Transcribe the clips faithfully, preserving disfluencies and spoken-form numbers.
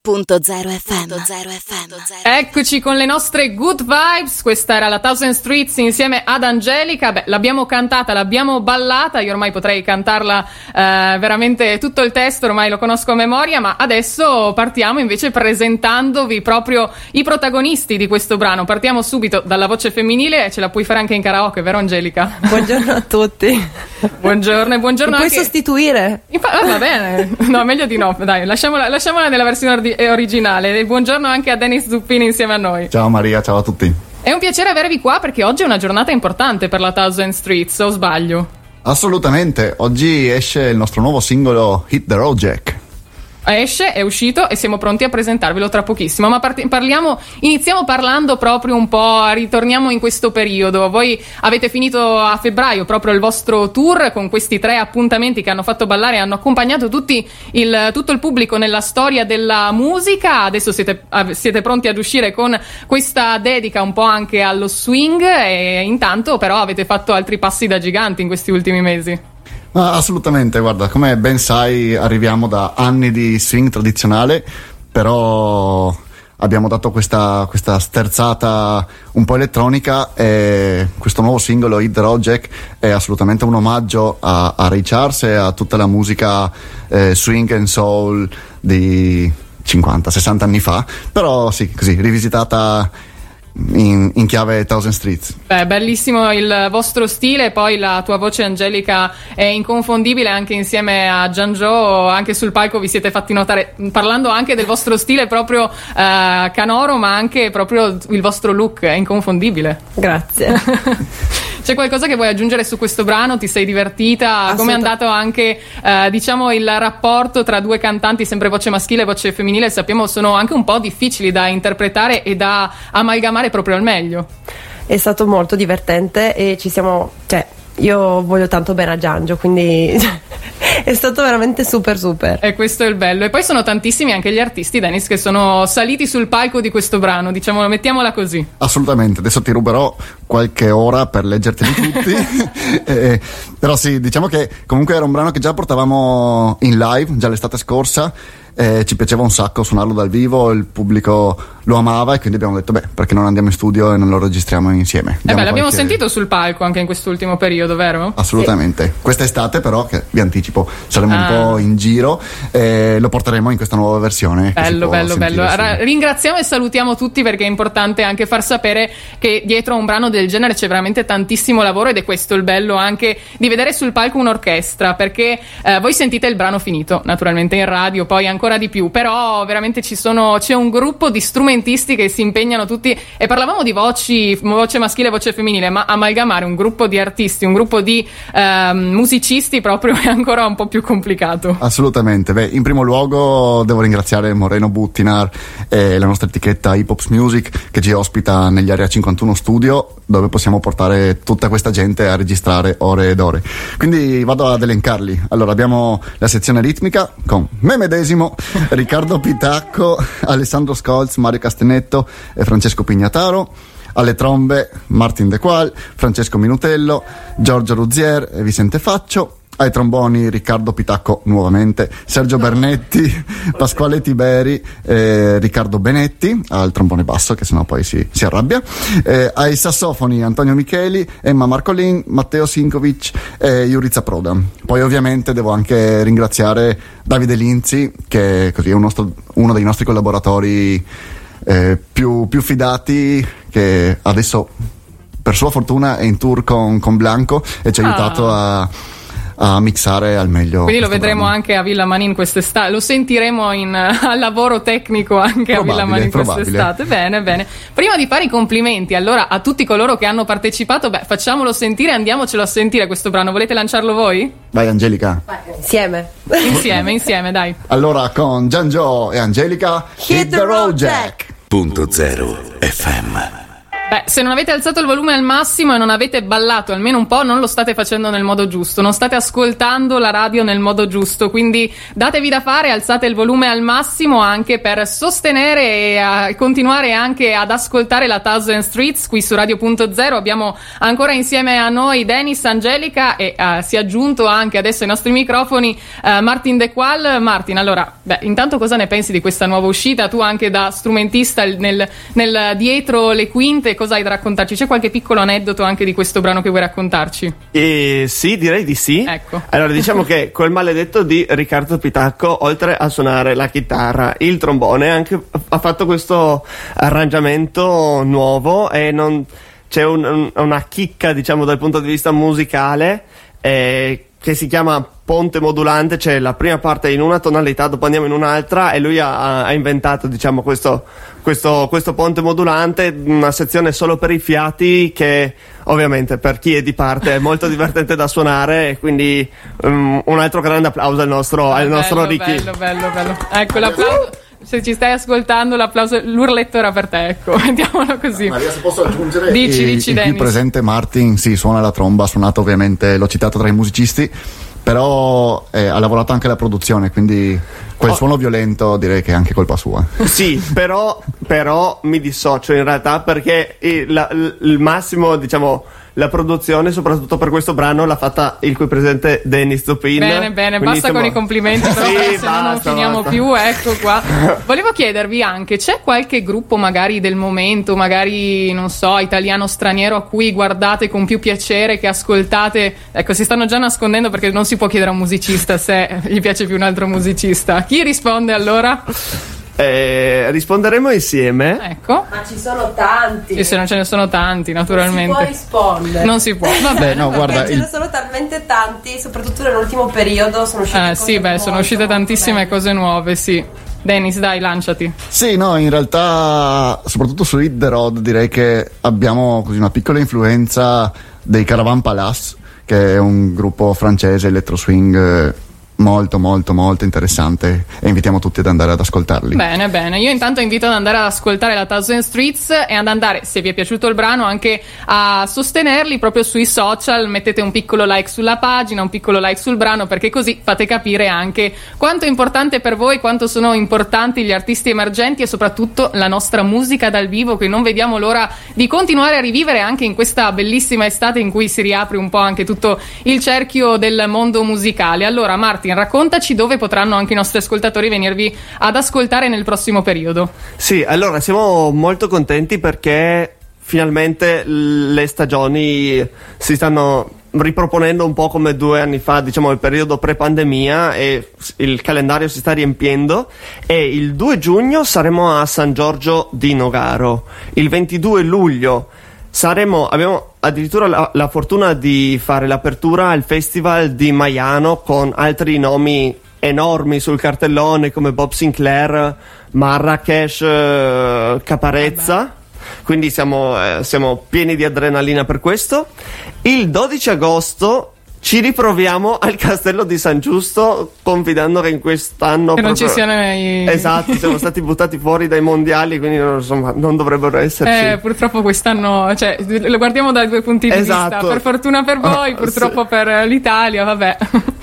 Punto zero F M. Eccoci con le nostre good vibes. Questa era la Thousand Streets insieme ad Angelica. Beh, l'abbiamo cantata, l'abbiamo ballata. Io ormai potrei cantarla eh, veramente tutto il testo, ormai lo conosco a memoria. Ma adesso partiamo invece presentandovi proprio i protagonisti di questo brano. Partiamo subito dalla voce femminile. Ce la puoi fare anche in karaoke, vero Angelica? Buongiorno a tutti. Buongiorno e buongiorno. Mi anche... puoi sostituire? Infa- ah, va bene. No, meglio di no. Dai, lasciamola, lasciamola nella versione ordi- originale. E buongiorno anche a Dennis Zuppini insieme a noi. Ciao Maria, ciao a tutti. È un piacere avervi qua perché oggi è una giornata importante per la Thousand Streets, o sbaglio? Assolutamente, oggi esce il nostro nuovo singolo Hit the Road Jack. Esce, è uscito e siamo pronti a presentarvelo tra pochissimo, ma part- parliamo, iniziamo parlando proprio un po', ritorniamo in questo periodo. Voi avete finito a febbraio proprio il vostro tour con questi tre appuntamenti che hanno fatto ballare e hanno accompagnato tutti il, tutto il pubblico nella storia della musica. Adesso siete, siete pronti ad uscire con questa dedica un po' anche allo swing e intanto però avete fatto altri passi da giganti in questi ultimi mesi. Ah, assolutamente, guarda, come ben sai arriviamo da anni di swing tradizionale, però abbiamo dato questa, questa sterzata un po' elettronica e questo nuovo singolo Hit the Road Jack è assolutamente un omaggio a, a Ray Charles e a tutta la musica eh, swing and soul di cinquanta sessanta anni fa, però sì, così rivisitata In, in chiave Thousand Streets. Beh, bellissimo il vostro stile, poi la tua voce Angelica è inconfondibile anche insieme a Giangio, anche sul palco vi siete fatti notare, parlando anche del vostro stile proprio eh, canoro, ma anche proprio il vostro look è inconfondibile. Grazie. C'è qualcosa che vuoi aggiungere su questo brano? Ti sei divertita? Come è andato anche eh, diciamo il rapporto tra due cantanti, sempre voce maschile e voce femminile? Sappiamo sono anche un po' difficili da interpretare e da amalgamare proprio al meglio. È stato molto divertente e ci siamo, cioè io voglio tanto bene a Giangio, quindi è stato veramente super super. E questo è il bello. E poi sono tantissimi anche gli artisti, Dennis, che sono saliti sul palco di questo brano, diciamo, mettiamola così. Assolutamente, adesso ti ruberò qualche ora per leggerteli tutti. eh, però sì, diciamo che comunque era un brano che già portavamo in live già l'estate scorsa. Eh, ci piaceva un sacco suonarlo dal vivo, il pubblico lo amava e quindi abbiamo detto beh, perché non andiamo in studio e non lo registriamo insieme. Eh beh, l'abbiamo qualche... sentito sul palco anche in quest'ultimo periodo, vero? Assolutamente, sì. Quest'estate però, che vi anticipo, saremo ah. un po' in giro e lo porteremo in questa nuova versione. Bello, bello, bello. Ra- ringraziamo e salutiamo tutti perché è importante anche far sapere che dietro a un brano del genere c'è veramente tantissimo lavoro ed è questo il bello anche di vedere sul palco un'orchestra, perché eh, voi sentite il brano finito naturalmente in radio, poi ancora di più, però veramente ci sono c'è un gruppo di strumentisti che si impegnano tutti, e parlavamo di voci, voce maschile e voce femminile, ma amalgamare un gruppo di artisti, un gruppo di eh, musicisti proprio è ancora un po' più complicato. Assolutamente. Beh, in primo luogo devo ringraziare Moreno Buttinar e la nostra etichetta Hip Hops Music che ci ospita negli Area cinquantuno Studio, dove possiamo portare tutta questa gente a registrare ore ed ore. Quindi vado ad elencarli. Allora abbiamo la sezione ritmica con me medesimo, Riccardo Pitacco, Alessandro Scholz, Mario Castenetto e Francesco Pignataro. Alle trombe Martin De Qual, Francesco Minutello, Giorgio Ruzier e Vicente Faccio. Ai tromboni Riccardo Pitacco nuovamente, Sergio Bernetti, Pasquale Tiberi, eh, Riccardo Benetti al trombone basso, che sennò poi si, si arrabbia, eh, ai sassofoni Antonio Micheli, Emma Marcolin, Matteo Sinkovic e Jurica Proda. Poi ovviamente devo anche ringraziare Davide Linzi, che è così, è un nostro, uno dei nostri collaboratori eh, più, più fidati, che adesso per sua fortuna è in tour con, con Blanco e ci ha ah. aiutato a a mixare al meglio. Quindi lo vedremo brano. Anche a Villa Manin quest'estate, lo sentiremo in, al lavoro tecnico anche probabile, a Villa Manin quest'estate. Bene, bene. Prima di fare i complimenti allora a tutti coloro che hanno partecipato, beh, facciamolo sentire, andiamocelo a sentire questo brano. Volete lanciarlo voi? Vai Angelica. Vai, insieme. Insieme, insieme, dai. Allora con Giangio e Angelica, Hit, Hit the Road Jack. Punto zero F M. Beh, se non avete alzato il volume al massimo e non avete ballato almeno un po', non lo state facendo nel modo giusto, non state ascoltando la radio nel modo giusto, quindi datevi da fare, alzate il volume al massimo anche per sostenere e a continuare anche ad ascoltare la Thousand Streets qui su Radio Punto Zero. Abbiamo ancora insieme a noi Dennis, Angelica e uh, si è aggiunto anche adesso ai nostri microfoni uh, Martin De Qual. Martin, allora, beh, intanto cosa ne pensi di questa nuova uscita? Tu anche da strumentista nel, nel dietro le quinte, cosa hai da raccontarci? C'è qualche piccolo aneddoto anche di questo brano che vuoi raccontarci? Eh, sì, direi di sì. Ecco. Allora, diciamo che quel maledetto di Riccardo Pitacco, oltre a suonare la chitarra, il trombone, anche ha fatto questo arrangiamento nuovo e non c'è un, un, una chicca, diciamo, dal punto di vista musicale, eh, che si chiama ponte modulante, cioè la prima parte in una tonalità, dopo andiamo in un'altra, e lui ha, ha inventato, diciamo, questo, questo, questo ponte modulante, una sezione solo per i fiati che ovviamente per chi è di parte è molto divertente da suonare, e quindi um, un altro grande applauso al nostro, al nostro bello, Ricky. bello, bello, bello. Ecco l'applauso. Se ci stai ascoltando, l'applauso, l'urletto era per te, ecco, mettiamolo così. Maria, se posso aggiungere, dici, e, dici, il qui Dennis. presente Martin, sì, suona la tromba, ha suonato ovviamente, l'ho citato tra i musicisti, però eh, ha lavorato anche alla produzione, quindi quel Oh. suono violento direi che è anche colpa sua. Sì, però, però mi dissocio in realtà, perché il, la- il massimo, diciamo, la produzione, soprattutto per questo brano, l'ha fatta il qui presente Dennis Zopin. Bene, bene, Quindi basta siamo- con i complimenti, però, Sì, se no non basta, finiamo basta. più, ecco qua. Volevo chiedervi anche, c'è qualche gruppo magari del momento, magari, non so, italiano, straniero, a cui guardate con più piacere, che ascoltate? Ecco, si stanno già nascondendo perché non si può chiedere a un musicista se gli piace più un altro musicista. Chi risponde allora? Eh, risponderemo insieme. Ecco. Ma ci sono tanti. E se non ce ne sono tanti, naturalmente. Non si può rispondere. Non si può. Vabbè. Beh, no, guarda, Perché ce il- ne sono talmente tanti, soprattutto nell'ultimo periodo sono uscite Eh, cose sì, beh, molto, sono uscite molto tantissime belle. cose nuove, sì. Dennis, dai, lanciati. Sì, no, in realtà, soprattutto su Hit the Road, direi che abbiamo così una piccola influenza dei Caravan Palace, che è un gruppo francese electro swing eh, molto molto molto interessante, e invitiamo tutti ad andare ad ascoltarli. Bene, bene. Io intanto invito ad andare ad ascoltare la Thousand Streets e ad andare, se vi è piaciuto il brano, anche a sostenerli proprio sui social. Mettete un piccolo like sulla pagina, un piccolo like sul brano, perché così fate capire anche quanto è importante per voi, quanto sono importanti gli artisti emergenti e soprattutto la nostra musica dal vivo, che non vediamo l'ora di continuare a rivivere anche in questa bellissima estate in cui si riapre un po' anche tutto il cerchio del mondo musicale. Allora, Martin, raccontaci dove potranno anche i nostri ascoltatori venirvi ad ascoltare nel prossimo periodo. Sì, allora siamo molto contenti perché finalmente le stagioni si stanno riproponendo un po' come due anni fa, diciamo il periodo pre-pandemia, e il calendario si sta riempiendo, e il due giugno saremo a San Giorgio di Nogaro, il ventidue luglio saremo, abbiamo addirittura la, la fortuna di fare l'apertura al festival di Maiano con altri nomi enormi sul cartellone come Bob Sinclair, Marrakesh, eh, Caparezza. Quindi siamo, eh, siamo pieni di adrenalina per questo. Il dodici agosto ci riproviamo al Castello di San Giusto, confidando che in quest'anno Che non proprio- ci siano i... Esatto, siamo stati buttati fuori dai mondiali, quindi non, insomma, non dovrebbero esserci. Eh, purtroppo quest'anno, cioè, lo guardiamo da due punti di Esatto. vista. Per fortuna per voi, purtroppo Sì. per l'Italia, vabbè.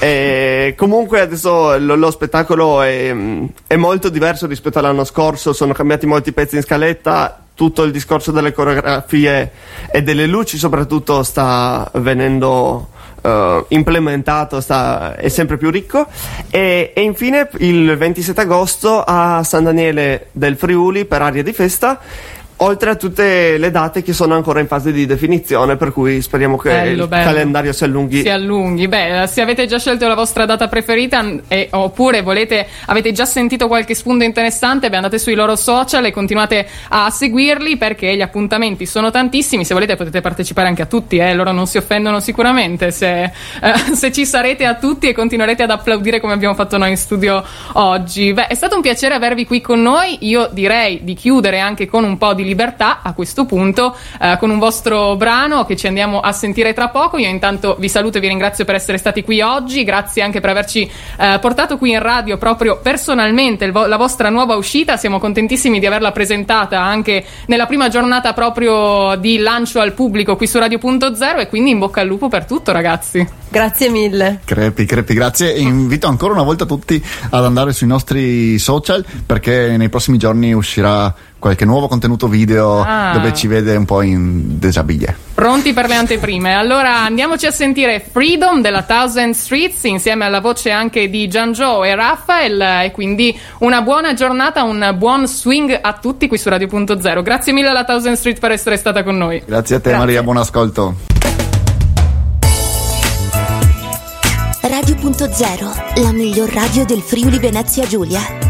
E comunque adesso lo, lo spettacolo è, è molto diverso rispetto all'anno scorso, sono cambiati molti pezzi in scaletta, tutto il discorso delle coreografie e delle luci soprattutto sta venendo uh, implementato, sta, è sempre più ricco. E, e infine il ventisette agosto a San Daniele del Friuli per Aria di Festa, oltre a tutte le date che sono ancora in fase di definizione, per cui speriamo che Bello, il bello. calendario si allunghi. Si allunghi. Beh, se avete già scelto la vostra data preferita e, oppure volete, avete già sentito qualche spunto interessante, beh, andate sui loro social e continuate a seguirli, perché gli appuntamenti sono tantissimi. Se volete potete partecipare anche a tutti, eh, loro non si offendono sicuramente se, eh, se ci sarete a tutti e continuerete ad applaudire come abbiamo fatto noi in studio oggi. Beh, è stato un piacere avervi qui con noi. Io direi di chiudere anche con un po' di libertà a questo punto eh, con un vostro brano che ci andiamo a sentire tra poco. Io intanto vi saluto e vi ringrazio per essere stati qui oggi, grazie anche per averci eh, portato qui in radio proprio personalmente il vo- la vostra nuova uscita. Siamo contentissimi di averla presentata anche nella prima giornata proprio di lancio al pubblico qui su Radio Punto Zero, e quindi in bocca al lupo per tutto, ragazzi. Grazie mille. Crepi, crepi, grazie. E invito ancora una volta tutti ad andare sui nostri social, perché nei prossimi giorni uscirà qualche nuovo contenuto video ah. dove ci vede un po' in desabille. Pronti per le anteprime? Allora andiamoci a sentire Freedom della Thousand Streets insieme alla voce anche di Gianjo e Raphael, e quindi una buona giornata, un buon swing a tutti qui su Radio Punto Zero. Grazie mille alla Thousand Street per essere stata con noi. Grazie a te. Grazie. Maria, buon ascolto. Radio Punto Zero, la miglior radio del Friuli Venezia Giulia.